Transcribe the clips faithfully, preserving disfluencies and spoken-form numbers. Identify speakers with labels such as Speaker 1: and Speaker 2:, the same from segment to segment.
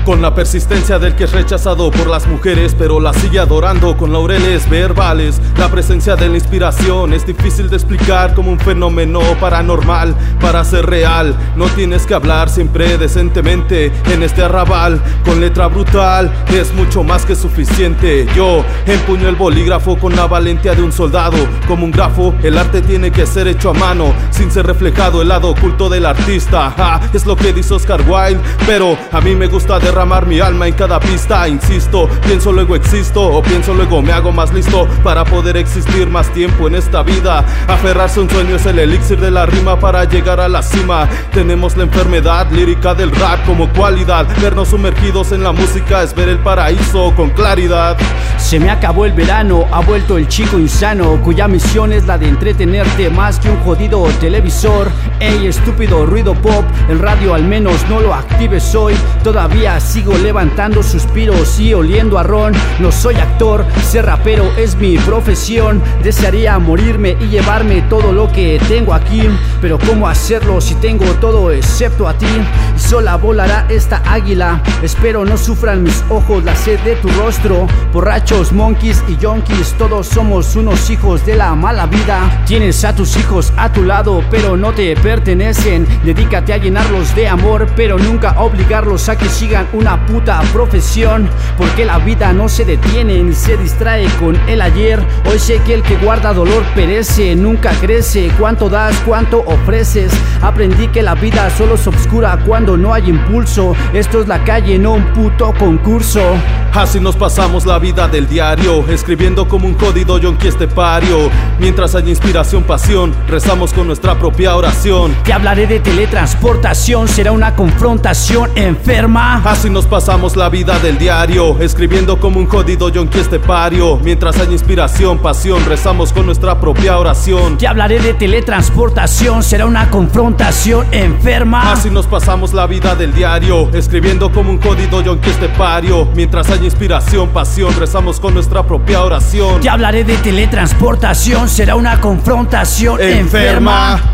Speaker 1: Con la persistencia del que es rechazado por las mujeres, pero la sigue adorando con laureles verbales. La presencia de la inspiración es difícil de explicar como un fenómeno paranormal. Para ser real, no tienes que hablar siempre decentemente en este arrabal. Con letra brutal es mucho más que suficiente. Yo empuño el bolígrafo con la valentía de un soldado. Como un grafo, el arte tiene que ser hecho a mano, sin ser reflejado el lado oculto del artista. Ah, es lo que dice Oscar Wilde, pero a mí me gusta derramar mi alma en cada pista. Insisto, pienso luego existo, o pienso luego me hago más listo para poder existir más tiempo en esta vida. Aferrarse a un sueño es el elixir de la rima para llegar a la cima. Tenemos la enfermedad lírica del rap como cualidad. Vernos sumergidos en la música es ver el paraíso con claridad.
Speaker 2: Se me acabó el verano, ha vuelto el chico insano, cuya misión es la de entretenerte más que un jodido televisor. Ey, estúpido ruido pop, el radio al menos no lo actives hoy. Todavía sigo levantando suspiros y oliendo a ron. No soy actor, ser rapero es mi profesión. Desearía morirme y llevarme todo lo que tengo aquí, pero ¿cómo hacerlo si tengo todo excepto a ti? Y sola volará esta águila, espero no sufran mis ojos la sed de tu rostro. Borrachos, monkeys y yonkis, todos somos unos hijos de la mala vida. Tienes a tus hijos a tu lado, pero no te pertenecen. Dedícate a llenarlos de amor, pero nunca obligarlos a que sigan una puta profesión. Porque la vida no se detiene ni se distrae con el ayer. Hoy sé que el que guarda dolor perece, nunca crece. Cuánto das, cuánto ofreces. Aprendí que la vida solo es oscura cuando no hay impulso. Esto es la calle, no un puto concurso.
Speaker 1: Así nos pasamos la vida del diario, escribiendo como un jodido yonki estepario. Mientras hay inspiración, pasión, rezamos con nuestra propia oración.
Speaker 2: Te hablaré de teletransportación, será una confrontación enferma.
Speaker 1: Así nos pasamos la vida del diario, escribiendo como un jodido yonki estepario. Mientras hay inspiración, pasión, rezamos con nuestra propia oración.
Speaker 2: Te hablaré de teletransportación, será una confrontación enferma.
Speaker 1: Así nos pasamos la vida del diario, escribiendo como un jodido yonki estepario. Mientras hay inspiración, pasión, rezamos con nuestra propia oración.
Speaker 2: Te hablaré de teletransportación, será una confrontación enferma. enferma.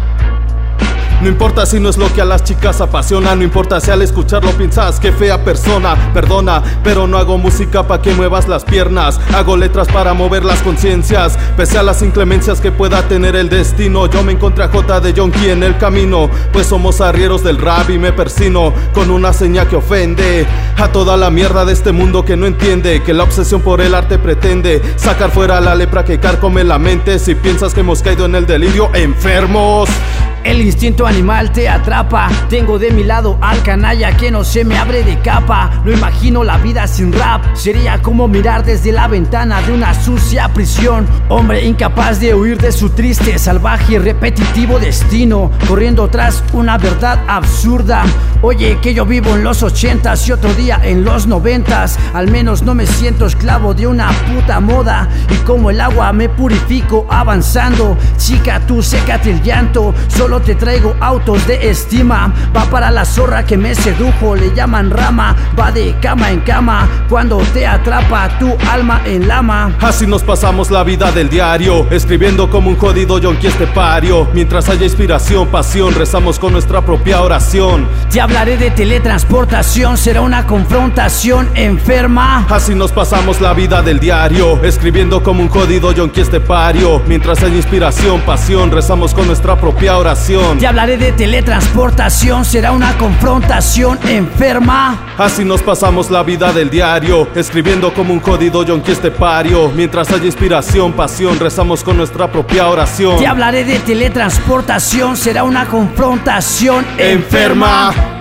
Speaker 1: No importa si no es lo que a las chicas apasiona, no importa si al escucharlo piensas que fea persona. Perdona, pero no hago música pa' que muevas las piernas, hago letras para mover las conciencias. Pese a las inclemencias que pueda tener el destino, yo me encontré a J de Yonki en el camino. Pues somos arrieros del rap y me persino con una seña que ofende a toda la mierda de este mundo que no entiende que la obsesión por el arte pretende sacar fuera la lepra que carcome la mente. Si piensas que hemos caído en el delirio, enfermos.
Speaker 2: El instinto animal te atrapa. Tengo de mi lado al canalla que no se me abre de capa. No imagino la vida sin rap. Sería como mirar desde la ventana de una sucia prisión. Hombre incapaz de huir de su triste, salvaje y repetitivo destino, corriendo tras una verdad absurda. Oye, que yo vivo en los ochentas y otro día en los noventas. Al menos no me siento esclavo de una puta moda. Y como el agua me purifico avanzando. Chica, tú sécate el llanto, solo te traigo autos de estima. Va para la zorra que me sedujo, le llaman rama. Va de cama en cama cuando te atrapa tu alma en lama.
Speaker 1: Así nos pasamos la vida del diario, escribiendo como un jodido yonki estepario. Mientras haya inspiración, pasión, rezamos con nuestra propia oración.
Speaker 2: Te hablaré de teletransportación, será una confrontación enferma.
Speaker 1: Así nos pasamos la vida del diario, escribiendo como un jodido yonki estepario. Mientras haya inspiración, pasión, rezamos con nuestra propia oración.
Speaker 2: Te hablaré de teletransportación, será una confrontación enferma.
Speaker 1: Así nos pasamos la vida del diario, escribiendo como un jodido yonki estepario. Mientras haya inspiración, pasión, rezamos con nuestra propia oración.
Speaker 2: Te hablaré de teletransportación, será una confrontación enferma.